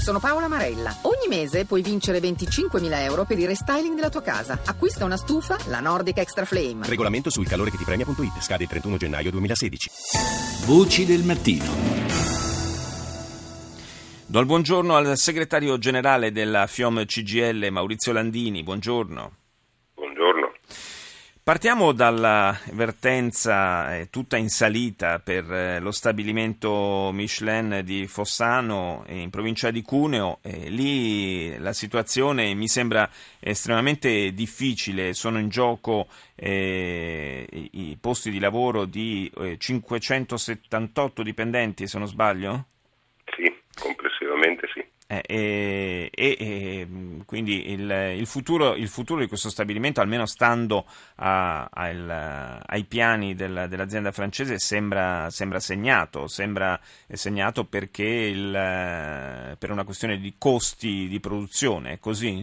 sono Paola Marella. Ogni mese puoi vincere 25.000 euro per il restyling della tua casa. Acquista una stufa, la Nordic Extra Flame. Regolamento sul calore che ti premia.it. Scade il 31 gennaio 2016. Voci del mattino. Do il buongiorno al segretario generale della FIOM CGIL, Maurizio Landini. Buongiorno. Buongiorno. Partiamo dalla vertenza tutta in salita per lo stabilimento Michelin di Fossano in provincia di Cuneo. Lì la situazione mi sembra estremamente difficile, sono in gioco i posti di lavoro di 578 dipendenti, se non sbaglio? Sì, complessivamente sì. Quindi il futuro di questo stabilimento, almeno stando ai piani dell'azienda francese, sembra segnato perché per una questione di costi di produzione, è così?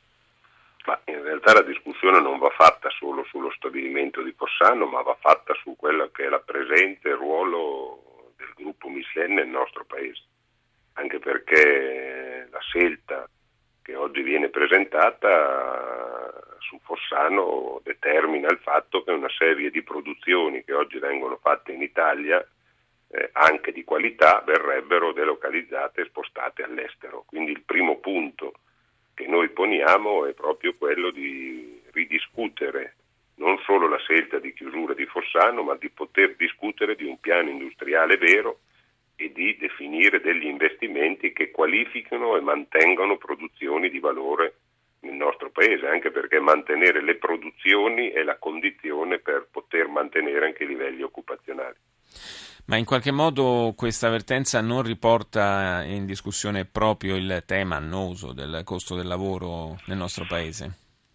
Ma in realtà la discussione non va fatta solo sullo stabilimento di Fossano, ma va fatta su quello che è la presenza e il ruolo del gruppo Michelin nel nostro paese. Anche perché la scelta che oggi viene presentata su Fossano determina il fatto che una serie di produzioni che oggi vengono fatte in Italia, anche di qualità, verrebbero delocalizzate e spostate all'estero. Quindi il primo punto che noi poniamo è proprio quello di ridiscutere non solo la scelta di chiusura di Fossano, ma di poter discutere di un piano industriale vero e di definire degli investimenti che qualificano e mantengano produzioni di valore nel nostro paese, anche perché mantenere le produzioni è la condizione per poter mantenere anche i livelli occupazionali. Ma in qualche modo questa avvertenza non riporta in discussione proprio il tema annoso del costo del lavoro nel nostro paese?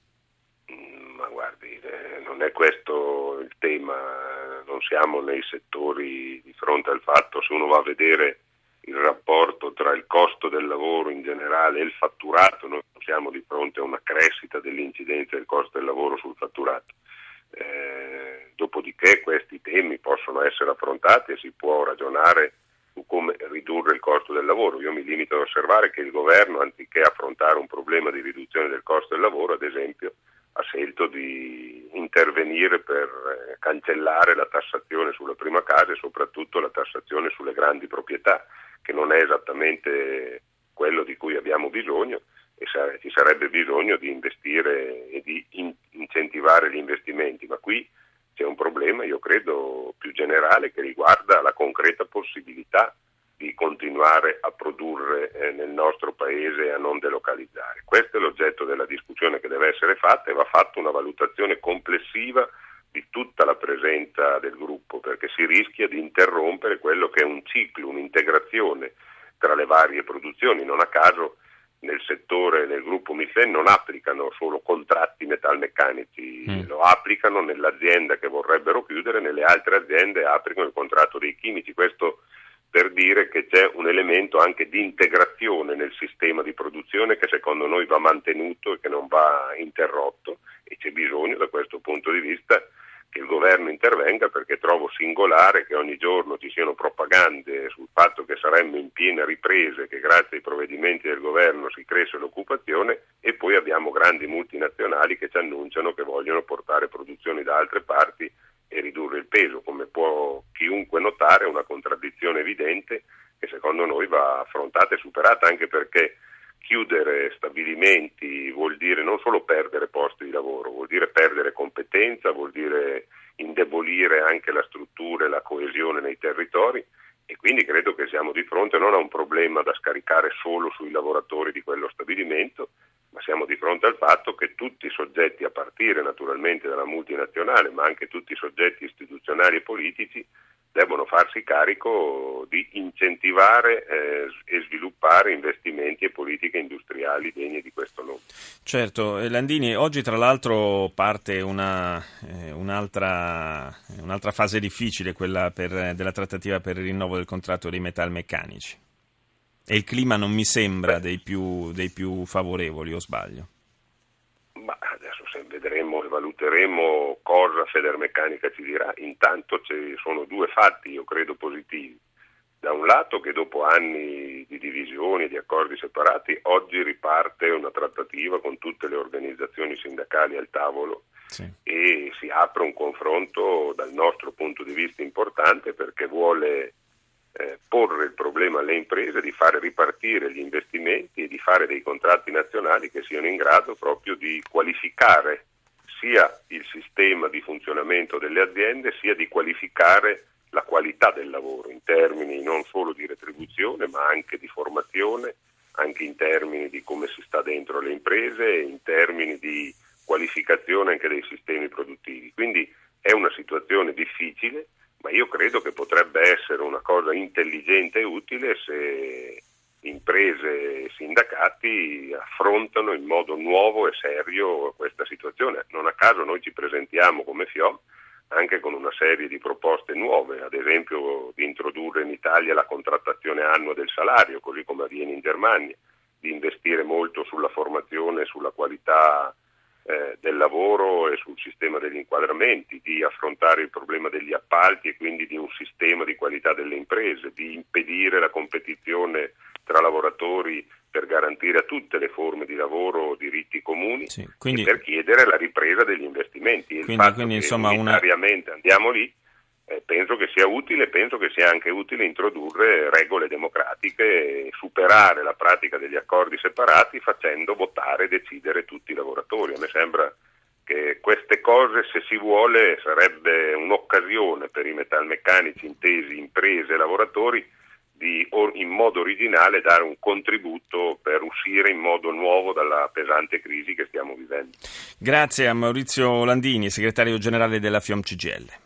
Ma guardi, non è questo il tema. Non siamo nei settori di fronte al fatto, se uno va a vedere il rapporto tra il costo del lavoro in generale e il fatturato, noi siamo di fronte a una crescita dell'incidenza del costo del lavoro sul fatturato. Dopodiché questi temi possono essere affrontati e si può ragionare su come ridurre il costo del lavoro. Io mi limito ad osservare che il governo, anziché affrontare un problema di riduzione del costo del lavoro, ad esempio, ha scelto di intervenire per cancellare la tassazione sulla prima casa e soprattutto la tassazione sulle grandi proprietà, che non è esattamente quello di cui abbiamo bisogno, e ci sarebbe bisogno di investire e di incentivare gli investimenti, ma qui c'è un problema, io credo, più generale, che riguarda la concreta possibilità di continuare a produrre nel nostro paese e a non delocalizzare. Questo è l'oggetto della discussione che deve essere fatta, e va fatta una valutazione complessiva di tutta la presenza del gruppo, perché si rischia di interrompere quello che è un ciclo, un'integrazione tra le varie produzioni. Non a caso nel settore del gruppo Michelin non applicano solo contratti metalmeccanici, lo applicano nell'azienda che vorrebbero chiudere, nelle altre aziende applicano il contratto dei chimici. Questo per dire che c'è un elemento anche di integrazione nel sistema di produzione che secondo noi va mantenuto e che non va interrotto, e c'è bisogno da questo punto di vista che il governo intervenga, perché trovo singolare che ogni giorno ci siano propagande sul fatto che saremmo in piena ripresa, che grazie ai provvedimenti del governo si cresce l'occupazione, e poi abbiamo grandi multinazionali che ci annunciano che vogliono portare produzioni da altre parti e ridurre il peso. Come può chiunque notare, è una contraddizione evidente che secondo noi va affrontata e superata, anche perché chiudere stabilimenti vuol dire non solo perdere posti di lavoro, vuol dire perdere competenza, vuol dire indebolire anche la struttura e la coesione nei territori, e quindi credo che siamo di fronte non a un problema da scaricare solo sui lavoratori di quello stabilimento, ma siamo di fronte al fatto che tutti i soggetti, a partire naturalmente dalla multinazionale, ma anche tutti i soggetti istituzionali e politici, devono farsi carico di incentivare e sviluppare investimenti e politiche industriali degne di questo nome. Certo, Landini, oggi tra l'altro parte un'altra fase difficile, quella della trattativa per il rinnovo del contratto dei metalmeccanici. E il clima non mi sembra dei più favorevoli, o sbaglio? Ma adesso se vedremo e valuteremo cosa Federmeccanica ci dirà. Intanto ci sono due fatti, io credo, positivi. Da un lato che dopo anni di divisioni e di accordi separati, oggi riparte una trattativa con tutte le organizzazioni sindacali al tavolo, sì, e si apre un confronto dal nostro punto di vista importante, perché vuole porre il problema alle imprese di fare ripartire gli investimenti e di fare dei contratti nazionali che siano in grado proprio di qualificare sia il sistema di funzionamento delle aziende, sia di qualificare la qualità del lavoro in termini non solo di retribuzione ma anche di formazione, anche in termini di come si sta dentro le imprese, in termini di qualificazione anche dei sistemi produttivi. Quindi è una situazione difficile, ma io credo che potrebbe essere una cosa intelligente e utile se imprese e sindacati affrontano in modo nuovo e serio questa situazione. Non a caso noi ci presentiamo come FIOM anche con una serie di proposte nuove, ad esempio di introdurre in Italia la contrattazione annua del salario, così come avviene in Germania, di investire molto sulla formazione, sulla qualità del lavoro e sul sistema degli inquadramenti, di affrontare il problema degli appalti e quindi di un sistema di qualità delle imprese, di impedire la competizione tra lavoratori per garantire a tutte le forme di lavoro diritti comuni, sì, quindi, e per chiedere la ripresa degli investimenti. Il fatto che insomma unitariamente andiamo lì, penso che sia utile, penso che sia anche utile introdurre regole democratiche e superare la pratica degli accordi separati facendo votare e decidere tutti i lavoratori. A me sembra che queste cose, se si vuole, sarebbe un'occasione per i metalmeccanici intesi imprese e lavoratori di in modo originale dare un contributo per uscire in modo nuovo dalla pesante crisi che stiamo vivendo. Grazie a Maurizio Landini, segretario generale della FIOM CGIL.